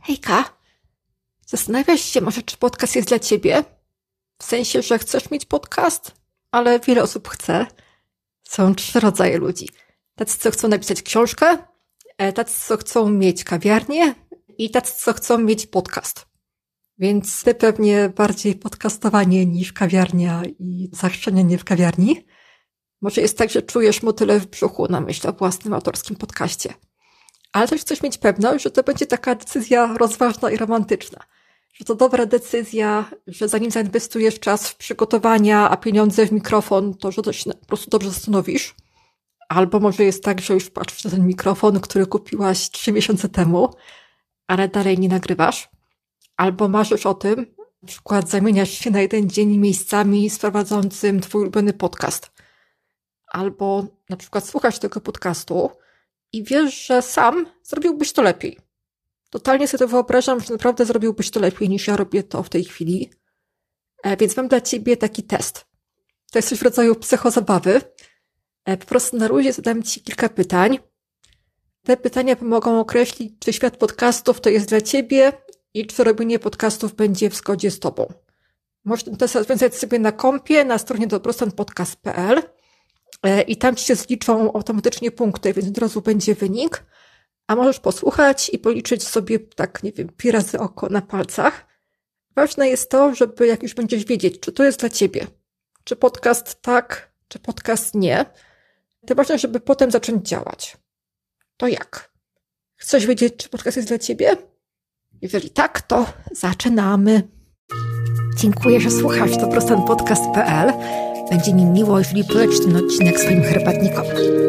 Hejka, zastanawiasz się może, czy podcast jest dla ciebie? W sensie, że chcesz mieć podcast, ale wiele osób chce. Są 3 rodzaje ludzi. Tacy, co chcą napisać książkę, tacy, co chcą mieć kawiarnię i tacy, co chcą mieć podcast. Więc ty pewnie bardziej podcastowanie niż kawiarnia i zachrzczenienie w kawiarni. Może jest tak, że czujesz motyle w brzuchu na myśl o własnym autorskim podcaście. Ale też chcesz mieć pewność, że to będzie taka decyzja rozważna i romantyczna. Że to dobra decyzja, że zanim zainwestujesz czas w przygotowania, a pieniądze w mikrofon, to że to się po prostu dobrze zastanowisz. Albo może jest tak, że już patrzysz na ten mikrofon, który kupiłaś 3 miesiące temu, ale dalej nie nagrywasz. Albo marzysz o tym, na przykład zamieniasz się na jeden dzień miejscami z prowadzącym twój ulubiony podcast. Albo na przykład słuchasz tego podcastu i wiesz, że sam zrobiłbyś to lepiej. Totalnie sobie to wyobrażam, że naprawdę zrobiłbyś to lepiej niż ja robię to w tej chwili. Więc mam dla ciebie taki test. To jest coś w rodzaju psychozabawy. Po prostu na luzie zadam ci kilka pytań. Te pytania pomogą określić, czy świat podcastów to jest dla ciebie i czy robienie podcastów będzie w zgodzie z tobą. Możesz ten test rozwiązać sobie na kompie, na stronie dobrostanpodcast.pl i tam ci się zliczą automatycznie punkty, więc od razu będzie wynik. A możesz posłuchać i policzyć sobie, tak, nie wiem, 5 razy oko na palcach. Ważne jest to, żeby jak już będziesz wiedzieć, czy to jest dla ciebie, czy podcast tak, czy podcast nie, to ważne, żeby potem zacząć działać. To jak? Chcesz wiedzieć, czy podcast jest dla ciebie? Jeżeli tak, to zaczynamy. Dziękuję, że słuchasz dobrostanpodcast.pl. Będzie mi miło, jeżeli polecisz ten odcinek swoim herbatnikom.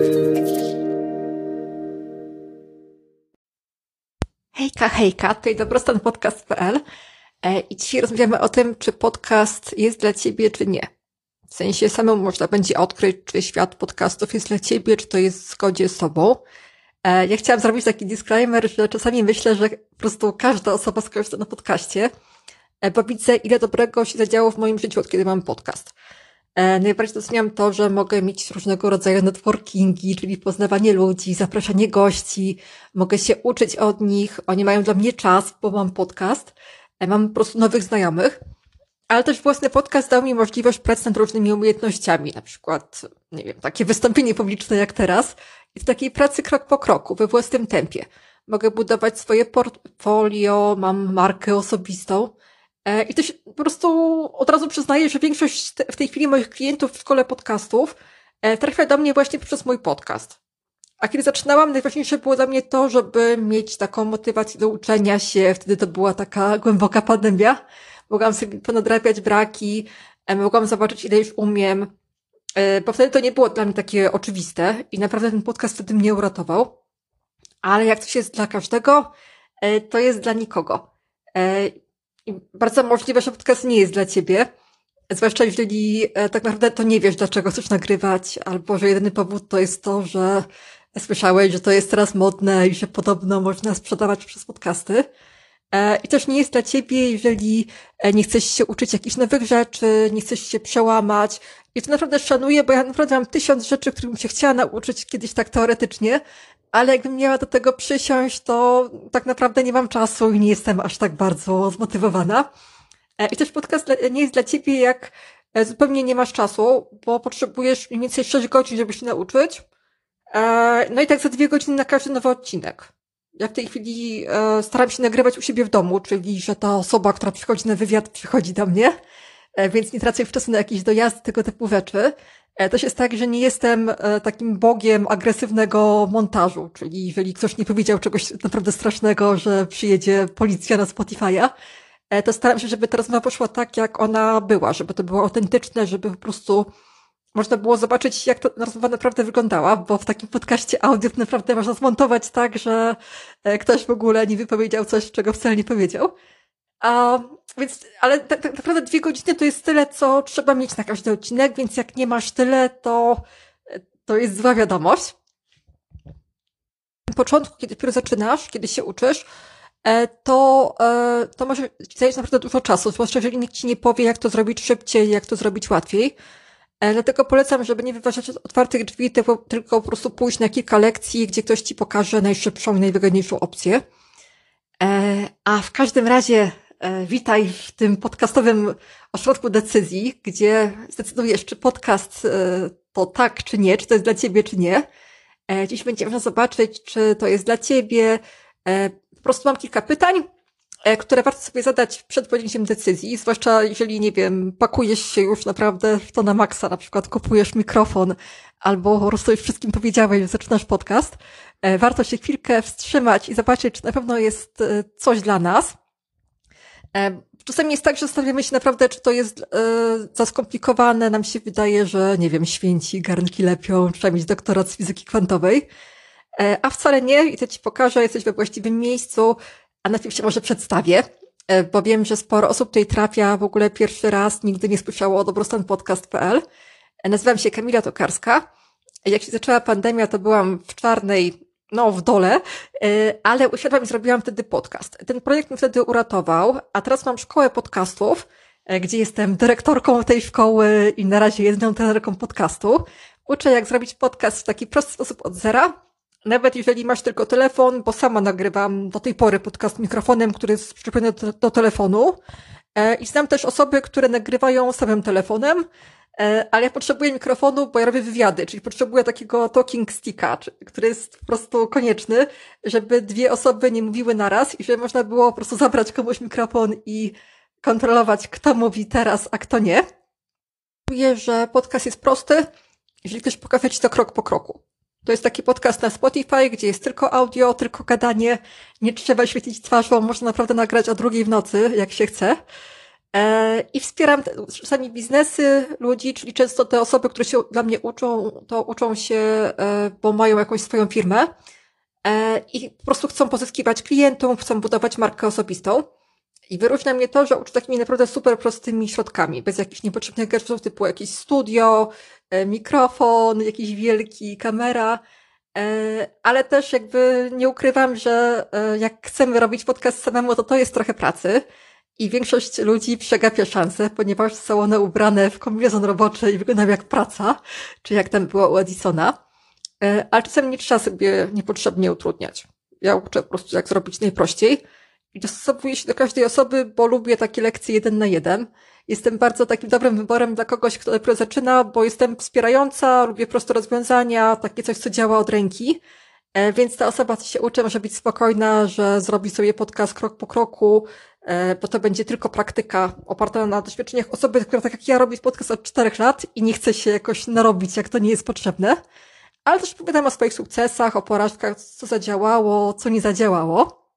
Hejka, tutaj dobrostanpodcast.pl i dzisiaj rozmawiamy o tym, czy podcast jest dla ciebie, czy nie. W sensie samemu można będzie odkryć, czy świat podcastów jest dla ciebie, czy to jest w zgodzie z tobą. Ja chciałam zrobić taki disclaimer, że czasami myślę, że po prostu każda osoba skorzysta na podcaście, bo widzę, ile dobrego się zadziało w moim życiu, od kiedy mam podcast. Najbardziej doceniam to, że mogę mieć różnego rodzaju networkingi, czyli poznawanie ludzi, zapraszanie gości, mogę się uczyć od nich, oni mają dla mnie czas, bo mam podcast, mam po prostu nowych znajomych, ale też własny podcast dał mi możliwość pracy nad różnymi umiejętnościami, na przykład, nie wiem, takie wystąpienie publiczne jak teraz i w takiej pracy krok po kroku, we własnym tempie. Mogę budować swoje portfolio, mam markę osobistą, i też po prostu od razu przyznaję, że większość w tej chwili moich klientów w szkole podcastów trafia do mnie właśnie poprzez mój podcast. A kiedy zaczynałam, najważniejsze było dla mnie to, żeby mieć taką motywację do uczenia się. Wtedy to była taka głęboka pandemia. Mogłam sobie ponadrabiać braki, mogłam zobaczyć, ile już umiem, bo wtedy to nie było dla mnie takie oczywiste i naprawdę ten podcast wtedy mnie uratował. Ale jak coś jest dla każdego, to jest dla nikogo. I bardzo możliwe, że podcast nie jest dla ciebie, zwłaszcza jeżeli tak naprawdę to nie wiesz, dlaczego chcesz nagrywać, albo że jedyny powód to jest to, że słyszałeś, że to jest teraz modne i że podobno można sprzedawać przez podcasty. I też nie jest dla ciebie, jeżeli nie chcesz się uczyć jakichś nowych rzeczy, nie chcesz się przełamać. I to naprawdę szanuję, bo ja naprawdę mam 1000 rzeczy, których bym się chciała nauczyć kiedyś tak teoretycznie, ale jakbym miała do tego przysiąść, to tak naprawdę nie mam czasu i nie jestem aż tak bardzo zmotywowana. I też podcast nie jest dla ciebie, jak zupełnie nie masz czasu, bo potrzebujesz mniej więcej 6 godzin, żeby się nauczyć. No i tak za 2 godziny na każdy nowy odcinek. Ja w tej chwili staram się nagrywać u siebie w domu, czyli że ta osoba, która przychodzi na wywiad, przychodzi do mnie, więc nie tracę czasu na jakieś dojazdy, tego typu rzeczy. Też jest tak, że nie jestem takim bogiem agresywnego montażu, czyli jeżeli ktoś nie powiedział czegoś naprawdę strasznego, że przyjedzie policja na Spotify'a, to staram się, żeby ta rozmowa poszła tak, jak ona była, żeby to było autentyczne, żeby po prostu można było zobaczyć, jak ta rozmowa naprawdę wyglądała, bo w takim podcaście audio naprawdę można zmontować tak, że ktoś w ogóle nie wypowiedział coś, czego wcale nie powiedział. Więc, ale tak naprawdę 2 godziny to jest tyle, co trzeba mieć na każdy odcinek, więc jak nie masz tyle, to jest zła wiadomość. Na początku, kiedy dopiero zaczynasz, kiedy się uczysz, to może zająć naprawdę dużo czasu, zwłaszcza jeżeli nikt ci nie powie, jak to zrobić szybciej, jak to zrobić łatwiej. Dlatego polecam, żeby nie wyważać otwartych drzwi, tylko po prostu pójść na kilka lekcji, gdzie ktoś ci pokaże najszybszą i najwygodniejszą opcję. A w każdym razie witaj w tym podcastowym ośrodku decyzji, gdzie zdecydujesz, czy podcast to tak, czy nie, czy to jest dla ciebie, czy nie. Dziś będzie można zobaczyć, czy to jest dla ciebie. Po prostu mam kilka pytań, które warto sobie zadać przed podjęciem decyzji, zwłaszcza jeżeli, nie wiem, pakujesz się już naprawdę w to na maksa, na przykład kupujesz mikrofon, albo po prostu już wszystkim powiedziałeś, że zaczynasz podcast. Warto się chwilkę wstrzymać i zobaczyć, czy na pewno jest coś dla nas. Czasami jest tak, że zastanawiamy się naprawdę, czy to jest za skomplikowane. Nam się wydaje, że, nie wiem, święci garnki lepią, trzeba mieć doktorat z fizyki kwantowej. A wcale nie, i to ci pokażę, jesteś we właściwym miejscu, a najpierw się może przedstawię, bo wiem, że sporo osób tutaj trafia w ogóle pierwszy raz, nigdy nie słyszało o dobrostanpodcast.pl. Nazywam się Kamila Tokarska. Jak się zaczęła pandemia, to byłam w czarnej, w dole, ale usiadłam i zrobiłam wtedy podcast. Ten projekt mnie wtedy uratował, a teraz mam szkołę podcastów, gdzie jestem dyrektorką tej szkoły i na razie jedną trenerką podcastu. Uczę, jak zrobić podcast w taki prosty sposób od zera. Nawet jeżeli masz tylko telefon, bo sama nagrywam do tej pory podcast mikrofonem, który jest przyczepiony do telefonu. I znam też osoby, które nagrywają samym telefonem, ale ja potrzebuję mikrofonu, bo ja robię wywiady, czyli potrzebuję takiego talking sticka, który jest po prostu konieczny, żeby dwie osoby nie mówiły naraz i żeby można było po prostu zabrać komuś mikrofon i kontrolować, kto mówi teraz, a kto nie. Czuję, że podcast jest prosty, jeżeli ktoś pokaże ci to krok po kroku. To jest taki podcast na Spotify, gdzie jest tylko audio, tylko gadanie, nie trzeba świecić twarzą, można naprawdę nagrać o 2:00 w nocy, jak się chce. I wspieram czasami biznesy ludzi, czyli często te osoby, które się dla mnie uczą, to uczą się, bo mają jakąś swoją firmę i po prostu chcą pozyskiwać klientów, chcą budować markę osobistą. I wyróżnia mnie to, że uczę takimi naprawdę super prostymi środkami, bez jakichś niepotrzebnych gadżetów typu jakieś studio, mikrofon, jakiś wielki, kamera, ale też jakby nie ukrywam, że jak chcemy robić podcast samemu, to jest trochę pracy i większość ludzi przegapia szansę, ponieważ są one ubrane w kombinezon roboczy i wyglądają jak praca, czy jak tam było u Edisona, ale czasem nie trzeba sobie niepotrzebnie utrudniać. Ja uczę po prostu, jak zrobić najprościej i dostosowuję się do każdej osoby, bo lubię takie lekcje 1 na 1. Jestem bardzo takim dobrym wyborem dla kogoś, kto dopiero zaczyna, bo jestem wspierająca, lubię proste rozwiązania, takie coś, co działa od ręki. Więc ta osoba, co się uczy, może być spokojna, że zrobi sobie podcast krok po kroku, bo to będzie tylko praktyka oparta na doświadczeniach osoby, która tak jak ja robi podcast od 4 lat i nie chce się jakoś narobić, jak to nie jest potrzebne. Ale też opowiadam o swoich sukcesach, o porażkach, co zadziałało, co nie zadziałało.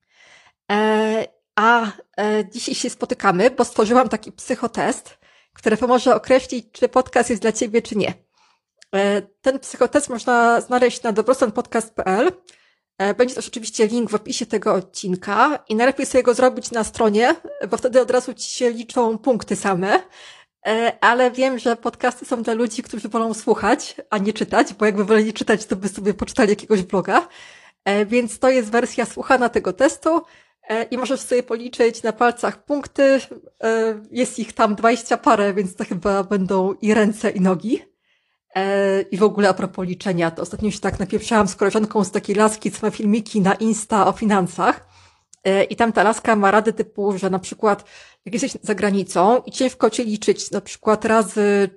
Dzisiaj się spotykamy, bo stworzyłam taki psychotest, który pomoże określić, czy podcast jest dla ciebie, czy nie. Ten psychotest można znaleźć na dobrostanpodcast.pl. Będzie też oczywiście link w opisie tego odcinka i najlepiej sobie go zrobić na stronie, bo wtedy od razu ci się liczą punkty same. Ale wiem, że podcasty są dla ludzi, którzy wolą słuchać, a nie czytać, bo jakby woleli czytać, to by sobie poczytali jakiegoś bloga. Więc to jest wersja słuchana tego testu i możesz sobie policzyć na palcach punkty. Jest ich tam 20 parę, więc to chyba będą i ręce, i nogi. I w ogóle a propos liczenia, to ostatnio się tak napieprzałam z koleżanką z takiej laski, co ma filmiki na Insta o finansach. I tam ta laska ma rady typu, że na przykład jak jesteś za granicą i ciężko cię liczyć na przykład razy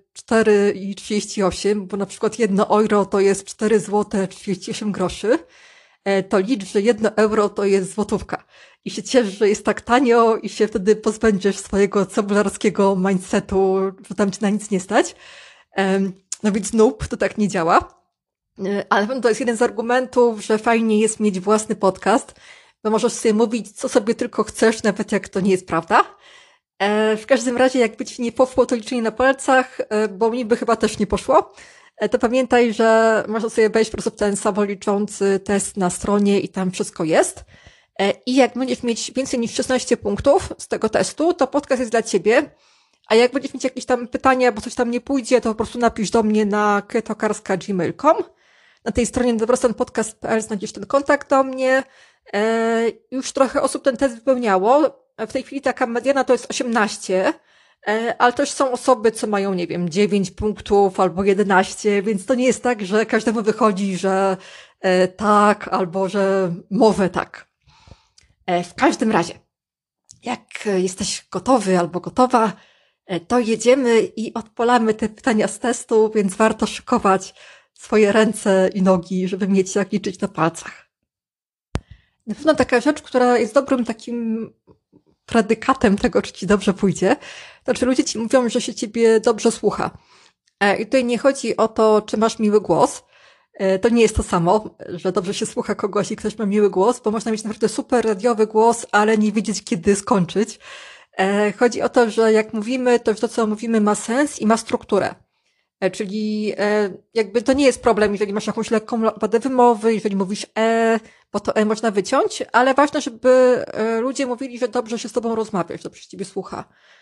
4,38, bo na przykład 1 euro to jest 4 zł 38 groszy, to licz, że 1 euro to jest złotówka. I się ciesz, że jest tak tanio i się wtedy pozbędziesz swojego cebularskiego mindsetu, że tam cię na nic nie stać. No więc nope, to tak nie działa. Ale to jest jeden z argumentów, że fajnie jest mieć własny podcast, bo możesz sobie mówić, co sobie tylko chcesz, nawet jak to nie jest prawda. W każdym razie, jakby ci nie poszło to liczenie na palcach, bo mi by chyba też nie poszło, to pamiętaj, że można sobie wejść po prostu w ten samoliczący test na stronie i tam wszystko jest. I jak będziesz mieć więcej niż 16 punktów z tego testu, to podcast jest dla ciebie. A jak będziesz mieć jakieś tam pytania, bo coś tam nie pójdzie, to po prostu napisz do mnie na ketokarska@gmail.com. Na tej stronie dobrostanpodcast.pl znajdziesz ten kontakt do mnie. Już trochę osób ten test wypełniało. W tej chwili taka mediana to jest 18, ale też są osoby, co mają, nie wiem, 9 punktów albo 11, więc to nie jest tak, że każdemu wychodzi, że tak, albo że może tak. W każdym razie, jak jesteś gotowy albo gotowa, to jedziemy i odpalamy te pytania z testu, więc warto szykować swoje ręce i nogi, żeby mieć jak liczyć na palcach. Na pewno taka rzecz, która jest dobrym takim predykatem tego, czy ci dobrze pójdzie, to czy ludzie ci mówią, że się ciebie dobrze słucha. I tutaj nie chodzi o to, czy masz miły głos. To nie jest to samo, że dobrze się słucha kogoś i ktoś ma miły głos, bo można mieć naprawdę super radiowy głos, ale nie wiedzieć, kiedy skończyć. Chodzi o to, że jak mówimy, to to, co mówimy, ma sens i ma strukturę. Czyli jakby to nie jest problem, jeżeli masz jakąś lekką wadę wymowy, jeżeli mówisz bo to można wyciąć, ale ważne, żeby ludzie mówili, że dobrze się z tobą rozmawia, że dobrze się ciebie słucha.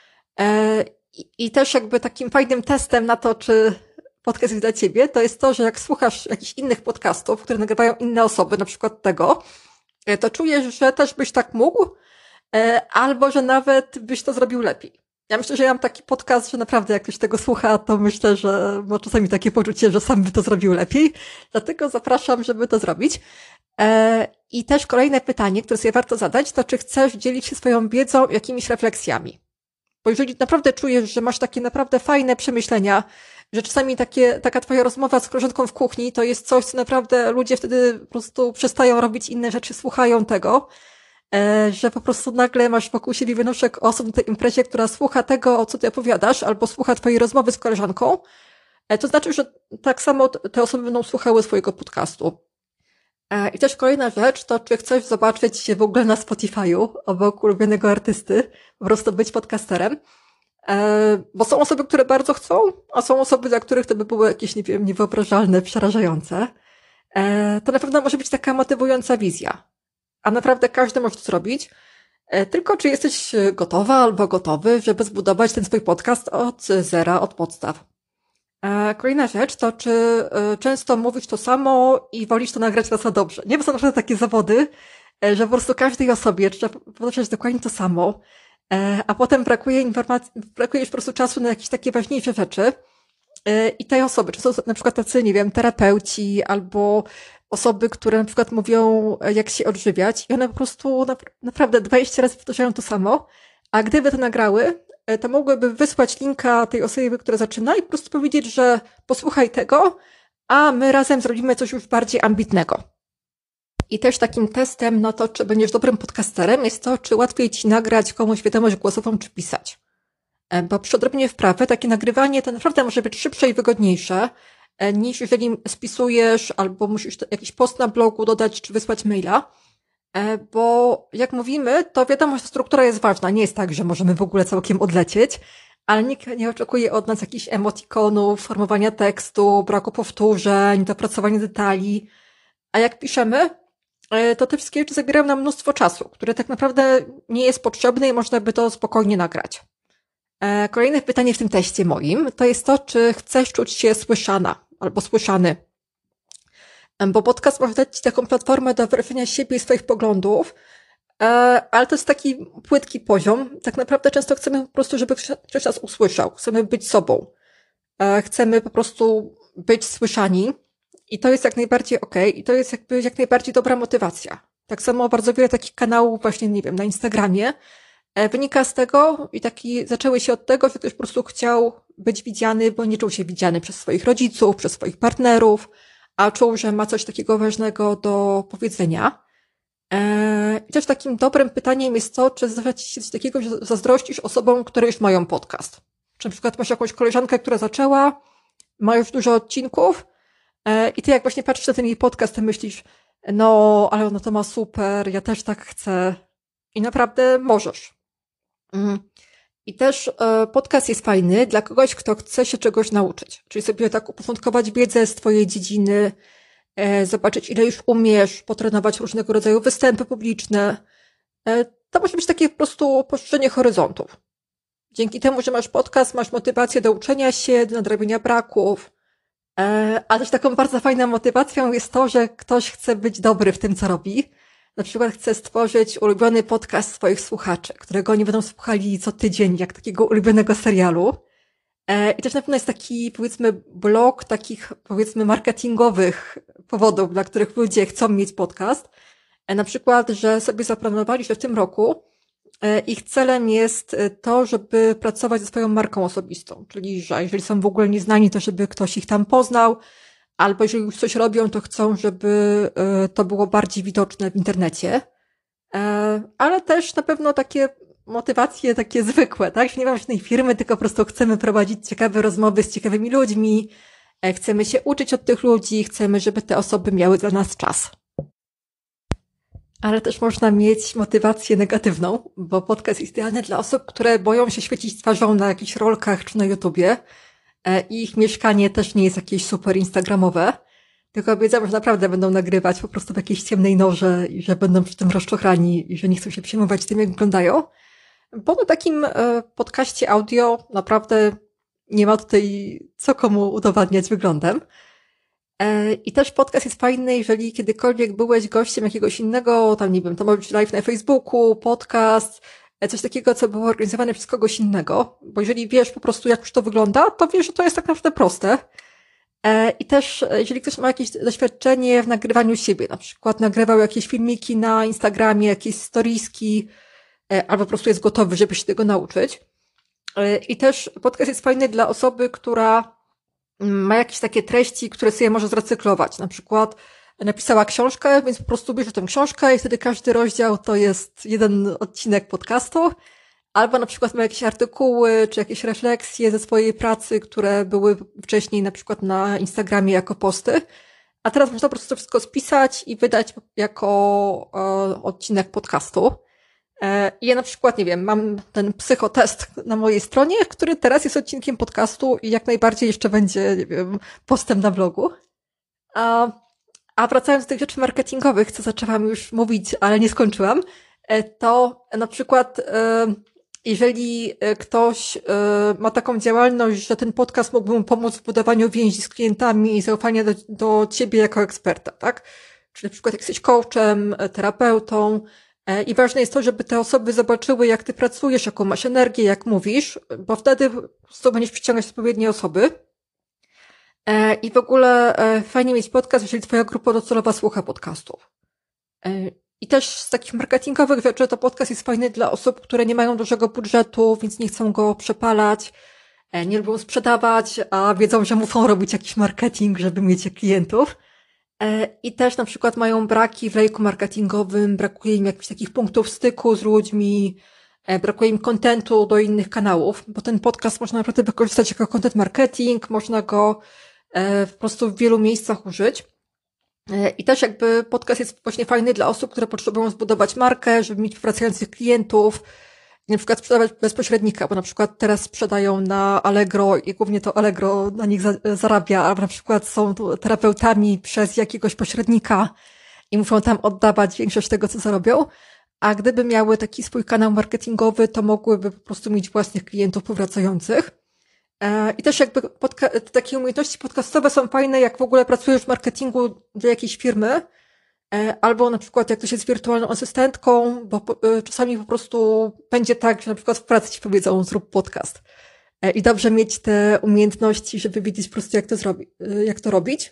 I też jakby takim fajnym testem na to, czy podcast jest dla ciebie, to jest to, że jak słuchasz jakichś innych podcastów, które nagrywają inne osoby, na przykład tego, to czujesz, że też byś tak mógł, albo że nawet byś to zrobił lepiej. Ja myślę, że ja mam taki podcast, że naprawdę jak ktoś tego słucha, to myślę, że ma czasami takie poczucie, że sam by to zrobił lepiej. Dlatego zapraszam, żeby to zrobić. I też kolejne pytanie, które sobie warto zadać, to czy chcesz dzielić się swoją wiedzą jakimiś refleksjami? Bo jeżeli naprawdę czujesz, że masz takie naprawdę fajne przemyślenia, że czasami taka twoja rozmowa z koleżanką w kuchni to jest coś, co naprawdę ludzie wtedy po prostu przestają robić inne rzeczy, słuchają tego, że po prostu nagle masz wokół siebie wynoszek osób na tej imprezie, która słucha tego, o co ty opowiadasz, albo słucha twojej rozmowy z koleżanką, to znaczy, że tak samo te osoby będą słuchały swojego podcastu. I też kolejna rzecz, to czy chcesz zobaczyć się w ogóle na Spotify'u obok ulubionego artysty, po prostu być podcasterem. Bo są osoby, które bardzo chcą, a są osoby, dla których to by było jakieś, nie wiem, niewyobrażalne, przerażające. To na pewno może być taka motywująca wizja. A naprawdę każdy może to zrobić. Tylko czy jesteś gotowa albo gotowy, żeby zbudować ten swój podcast od zera, od podstaw. Kolejna rzecz to, czy często mówisz to samo i wolisz to nagrać raz na dobrze. Nie, bo są naprawdę takie zawody, że po prostu każdej osobie trzeba powtarzać dokładnie to samo, a potem brakuje informacji, brakuje już po prostu czasu na jakieś takie ważniejsze rzeczy. I tej osoby, czy są na przykład tacy, nie wiem, terapeuci albo osoby, które na przykład mówią, jak się odżywiać i one po prostu naprawdę 20 razy powtarzają to samo, a gdyby to nagrały, to mogłyby wysłać linka tej osoby, która zaczyna i po prostu powiedzieć, że posłuchaj tego, a my razem zrobimy coś już bardziej ambitnego. I też takim testem na to, czy będziesz dobrym podcasterem, jest to, czy łatwiej ci nagrać komuś wiadomość głosową, czy pisać. Bo przy odrobinie wprawy takie nagrywanie to naprawdę może być szybsze i wygodniejsze, niż jeżeli spisujesz albo musisz jakiś post na blogu dodać, czy wysłać maila. Bo jak mówimy, to wiadomo, że struktura jest ważna. Nie jest tak, że możemy w ogóle całkiem odlecieć, ale nikt nie oczekuje od nas jakichś emotikonów, formowania tekstu, braku powtórzeń, dopracowania detali. A jak piszemy, to te wszystkie rzeczy zabierają nam mnóstwo czasu, które tak naprawdę nie jest potrzebne i można by to spokojnie nagrać. Kolejne pytanie w tym teście moim to jest to, czy chcesz czuć się słyszana albo słyszany. Bo podcast może dać ci taką platformę do wyrażenia siebie i swoich poglądów, ale to jest taki płytki poziom. Tak naprawdę często chcemy po prostu, żeby ktoś nas usłyszał. Chcemy być sobą. Chcemy po prostu być słyszani i to jest jak najbardziej okej. I to jest jakby jak najbardziej dobra motywacja. Tak samo bardzo wiele takich kanałów właśnie, nie wiem, na Instagramie wynika z tego i zaczęły się od tego, że ktoś po prostu chciał być widziany, bo nie czuł się widziany przez swoich rodziców, przez swoich partnerów, a czuł, że ma coś takiego ważnego do powiedzenia. I też takim dobrym pytaniem jest to, czy zdarza ci się coś takiego, że zazdrościsz osobom, które już mają podcast. Czy na przykład masz jakąś koleżankę, która zaczęła, ma już dużo odcinków i ty jak właśnie patrzysz na ten jej podcast, to myślisz, no, ale ona to ma super, ja też tak chcę. I naprawdę możesz. I też podcast jest fajny dla kogoś, kto chce się czegoś nauczyć. Czyli sobie tak uporządkować wiedzę z twojej dziedziny, zobaczyć ile już umiesz, potrenować różnego rodzaju występy publiczne. To może być takie po prostu poszerzenie horyzontów. Dzięki temu, że masz podcast, masz motywację do uczenia się, do nadrabiania braków. A też taką bardzo fajną motywacją jest to, że ktoś chce być dobry w tym, co robi. Na przykład chce stworzyć ulubiony podcast swoich słuchaczy, którego oni będą słuchali co tydzień, jak takiego ulubionego serialu. I też na pewno jest taki, powiedzmy, blok takich, powiedzmy, marketingowych powodów, dla których ludzie chcą mieć podcast. Na przykład, że sobie zaplanowali, że w tym roku ich celem jest to, żeby pracować ze swoją marką osobistą. Czyli, że jeżeli są w ogóle nieznani, to żeby ktoś ich tam poznał, albo jeżeli już coś robią, to chcą, żeby to było bardziej widoczne w internecie. Ale też na pewno takie motywacje takie zwykłe, tak? Że nie mam żadnej firmy, tylko po prostu chcemy prowadzić ciekawe rozmowy z ciekawymi ludźmi, chcemy się uczyć od tych ludzi, chcemy, żeby te osoby miały dla nas czas. Ale też można mieć motywację negatywną, bo podcast jest idealny dla osób, które boją się świecić twarzą na jakichś rolkach czy na YouTubie. I ich mieszkanie też nie jest jakieś super instagramowe, tylko wiedzą, że naprawdę będą nagrywać po prostu w jakiejś ciemnej norze i że będą przy tym rozczochrani i że nie chcą się przejmować tym, jak wyglądają. Bo na takim podcaście audio naprawdę nie ma tutaj co komu udowadniać wyglądem. I też podcast jest fajny, jeżeli kiedykolwiek byłeś gościem jakiegoś innego, tam nie wiem, to może być live na Facebooku, podcast, coś takiego, co było organizowane przez kogoś innego, bo jeżeli wiesz po prostu, jak już to wygląda, to wiesz, że to jest tak naprawdę proste. I też, jeżeli ktoś ma jakieś doświadczenie w nagrywaniu siebie, na przykład nagrywał jakieś filmiki na Instagramie, jakieś storieski, albo po prostu jest gotowy, żeby się tego nauczyć. I też podcast jest fajny dla osoby, która ma jakieś takie treści, które sobie może zrecyklować. Na przykład napisała książkę, więc po prostu bierze tę książkę i wtedy każdy rozdział to jest jeden odcinek podcastu. Albo na przykład ma jakieś artykuły, czy jakieś refleksje ze swojej pracy, które były wcześniej na przykład na Instagramie jako posty. A teraz można po prostu to wszystko spisać i wydać jako odcinek podcastu. I ja na przykład, nie wiem, mam ten psychotest na mojej stronie, który teraz jest odcinkiem podcastu i jak najbardziej jeszcze będzie, nie wiem, postem na blogu. A wracając do tych rzeczy marketingowych, co zaczęłam już mówić, ale nie skończyłam, to na przykład jeżeli ktoś ma taką działalność, że ten podcast mógłby mu pomóc w budowaniu więzi z klientami i zaufania do ciebie jako eksperta, tak? Czyli na przykład jak jesteś coachem, terapeutą i ważne jest to, żeby te osoby zobaczyły, jak ty pracujesz, jaką masz energię, jak mówisz, bo wtedy po prostu będziesz przyciągać odpowiednie osoby. I w ogóle fajnie mieć podcast, jeżeli twoja grupa docelowa słucha podcastów. I też z takich marketingowych rzeczy to podcast jest fajny dla osób, które nie mają dużego budżetu, więc nie chcą go przepalać, nie lubią sprzedawać, a wiedzą, że muszą robić jakiś marketing, żeby mieć klientów. I też na przykład mają braki w lejku marketingowym, brakuje im jakichś takich punktów styku z ludźmi, brakuje im kontentu do innych kanałów, bo ten podcast można naprawdę wykorzystać jako content marketing, można go po prostu w wielu miejscach użyć. I też jakby podcast jest właśnie fajny dla osób, które potrzebują zbudować markę, żeby mieć wracających klientów, na przykład sprzedawać bez pośrednika, bo na przykład teraz sprzedają na Allegro i głównie to Allegro na nich zarabia, albo na przykład są terapeutami przez jakiegoś pośrednika i muszą tam oddawać większość tego, co zarobią. A gdyby miały taki swój kanał marketingowy, to mogłyby po prostu mieć własnych klientów powracających. I też jakby takie umiejętności podcastowe są fajne, jak w ogóle pracujesz w marketingu dla jakiejś firmy, albo na przykład jak ktoś jest wirtualną asystentką, bo czasami po prostu będzie tak, że na przykład w pracy ci powiedzą, zrób podcast. I dobrze mieć te umiejętności, żeby wiedzieć po prostu, jak to robić.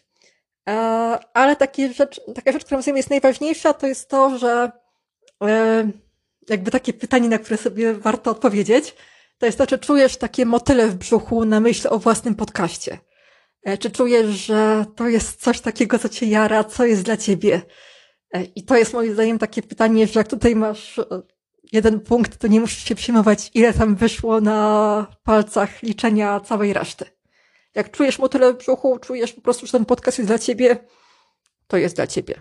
Ale taka rzecz, która moim jest najważniejsza, to jest to, że jakby takie pytanie, na które sobie warto odpowiedzieć, to jest to, czy czujesz takie motyle w brzuchu na myśl o własnym podcaście? Czy czujesz, że to jest coś takiego, co cię jara, co jest dla ciebie? I to jest moim zdaniem takie pytanie, że jak tutaj masz jeden punkt, to nie musisz się przejmować, ile tam wyszło na palcach liczenia całej reszty. Jak czujesz motyle w brzuchu, czujesz po prostu, że ten podcast jest dla ciebie, to jest dla ciebie.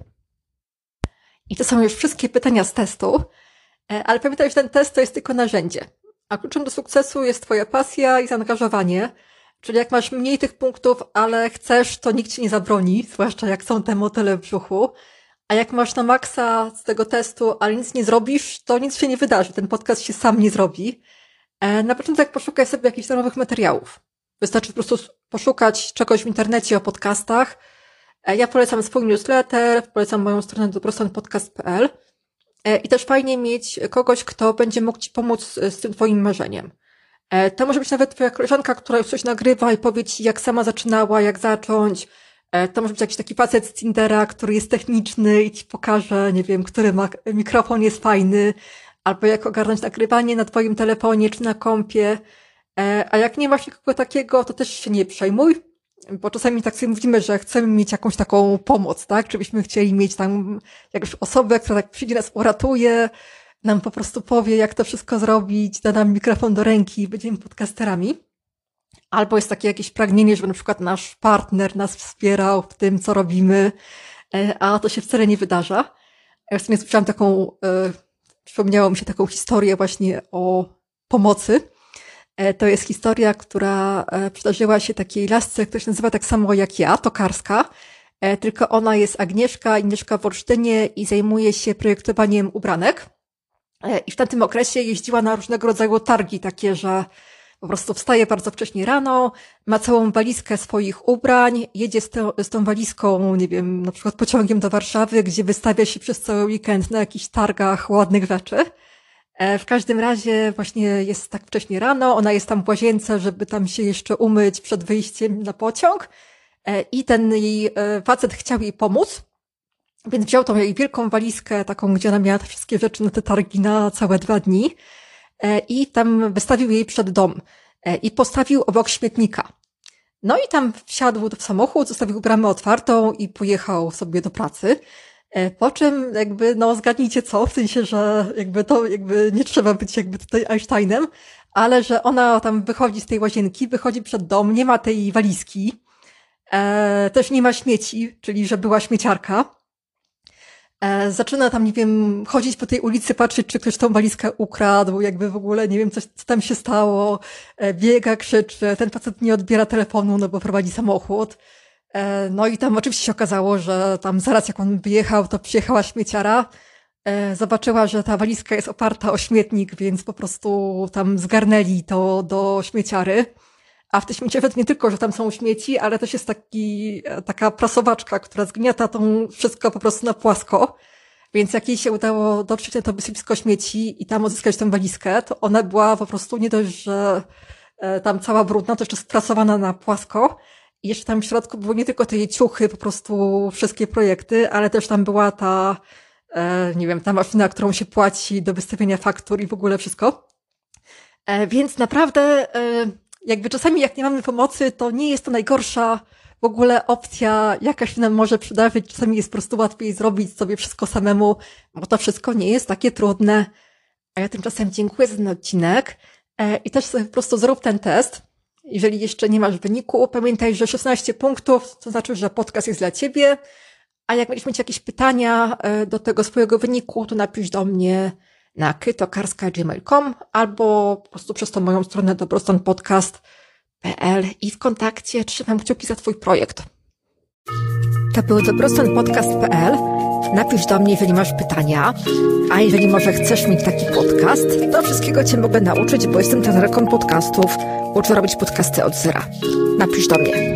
I to są już wszystkie pytania z testu, ale pamiętaj, że ten test to jest tylko narzędzie. A kluczem do sukcesu jest twoja pasja i zaangażowanie. Czyli jak masz mniej tych punktów, ale chcesz, to nikt ci nie zabroni, zwłaszcza jak są te motyle w brzuchu. A jak masz na maksa z tego testu, ale nic nie zrobisz, to nic się nie wydarzy. Ten podcast się sam nie zrobi. Na początek poszukaj sobie jakichś darmowych materiałów. Wystarczy po prostu poszukać czegoś w internecie o podcastach. Ja polecam swój newsletter, polecam moją stronę dobrostanpodcast.pl. I też fajnie mieć kogoś, kto będzie mógł ci pomóc z tym twoim marzeniem. To może być nawet twoja koleżanka, która już coś nagrywa i powie ci, jak sama zaczynała, jak zacząć, To może być jakiś taki facet z Tindera, który jest techniczny i ci pokaże, nie wiem, który mikrofon jest fajny, albo jak ogarnąć nagrywanie na twoim telefonie czy na kompie. A jak nie masz nikogo takiego, to też się nie przejmuj, bo czasami tak sobie mówimy, że chcemy mieć jakąś taką pomoc, tak? Czy byśmy chcieli mieć tam jakąś osobę, która tak przyjdzie, nas uratuje, nam po prostu powie, jak to wszystko zrobić, da nam mikrofon do ręki i będziemy podcasterami. Albo jest takie jakieś pragnienie, żeby na przykład nasz partner nas wspierał w tym, co robimy, a to się wcale nie wydarza. Ja w sumie słyszałam przypomniało mi się taką historię właśnie o pomocy. To jest historia, która przydarzyła się takiej lasce, która się nazywa tak samo jak ja, tokarska, tylko ona jest Agnieszka i mieszka w Olsztynie i zajmuje się projektowaniem ubranek. I w tamtym okresie jeździła na różnego rodzaju targi, takie, że po prostu wstaje bardzo wcześnie rano, ma całą walizkę swoich ubrań, jedzie z tą walizką, nie wiem, na przykład pociągiem do Warszawy, gdzie wystawia się przez cały weekend na jakichś targach ładnych rzeczy. W każdym razie właśnie jest tak wcześnie rano, ona jest tam w łazience, żeby tam się jeszcze umyć przed wyjściem na pociąg i ten jej facet chciał jej pomóc, więc wziął tą jej wielką walizkę, taką, gdzie ona miała te wszystkie rzeczy na te targi na całe 2 dni i tam wystawił jej przed dom i postawił obok śmietnika. No i tam wsiadł w samochód, zostawił bramę otwartą i pojechał sobie do pracy. Po czym zgadnijcie co, w sensie, że nie trzeba być tutaj Einsteinem, ale że ona tam wychodzi z tej łazienki, wychodzi przed dom, nie ma tej walizki, też nie ma śmieci, czyli że była śmieciarka. Zaczyna tam, nie wiem, chodzić po tej ulicy, patrzeć, czy ktoś tą walizkę ukradł, w ogóle, nie wiem, co tam się stało, biega, krzyczy, ten facet nie odbiera telefonu, no bo prowadzi samochód. No i tam oczywiście się okazało, że tam zaraz jak on wyjechał, to przyjechała śmieciara, zobaczyła, że ta walizka jest oparta o śmietnik, więc po prostu tam zgarnęli to do śmieciary. A w tej śmieciarze to nie tylko, że tam są śmieci, ale też jest taka prasowaczka, która zgniata tą wszystko po prostu na płasko. Więc jak jej się udało dotrzeć na to wysypisko śmieci i tam odzyskać tę walizkę, to ona była po prostu nie dość, że tam cała brudna, to jeszcze sprasowana na płasko. I jeszcze tam w środku były nie tylko te jej ciuchy, po prostu wszystkie projekty, ale też tam była ta maszyna, którą się płaci do wystawienia faktur i w ogóle wszystko. Więc naprawdę czasami jak nie mamy pomocy, to nie jest to najgorsza w ogóle opcja, jaka się nam może przydarzyć. Czasami jest po prostu łatwiej zrobić sobie wszystko samemu, bo to wszystko nie jest takie trudne. A ja tymczasem dziękuję za ten odcinek i też sobie po prostu zrób ten test. Jeżeli jeszcze nie masz wyniku, pamiętaj, że 16 punktów, to znaczy, że podcast jest dla ciebie. A jak będziesz mieć jakieś pytania do tego swojego wyniku, to napisz do mnie na kytokarska@gmail.com albo po prostu przez tą moją stronę dobrostanpodcast.pl i w kontakcie trzymam kciuki za twój projekt. To był dobrostanpodcast.pl. Napisz do mnie, jeżeli masz pytania, a jeżeli może chcesz mieć taki podcast, to wszystkiego cię mogę nauczyć, bo jestem trenerką podcastów. Uczę robić podcasty od zera. Napisz do mnie.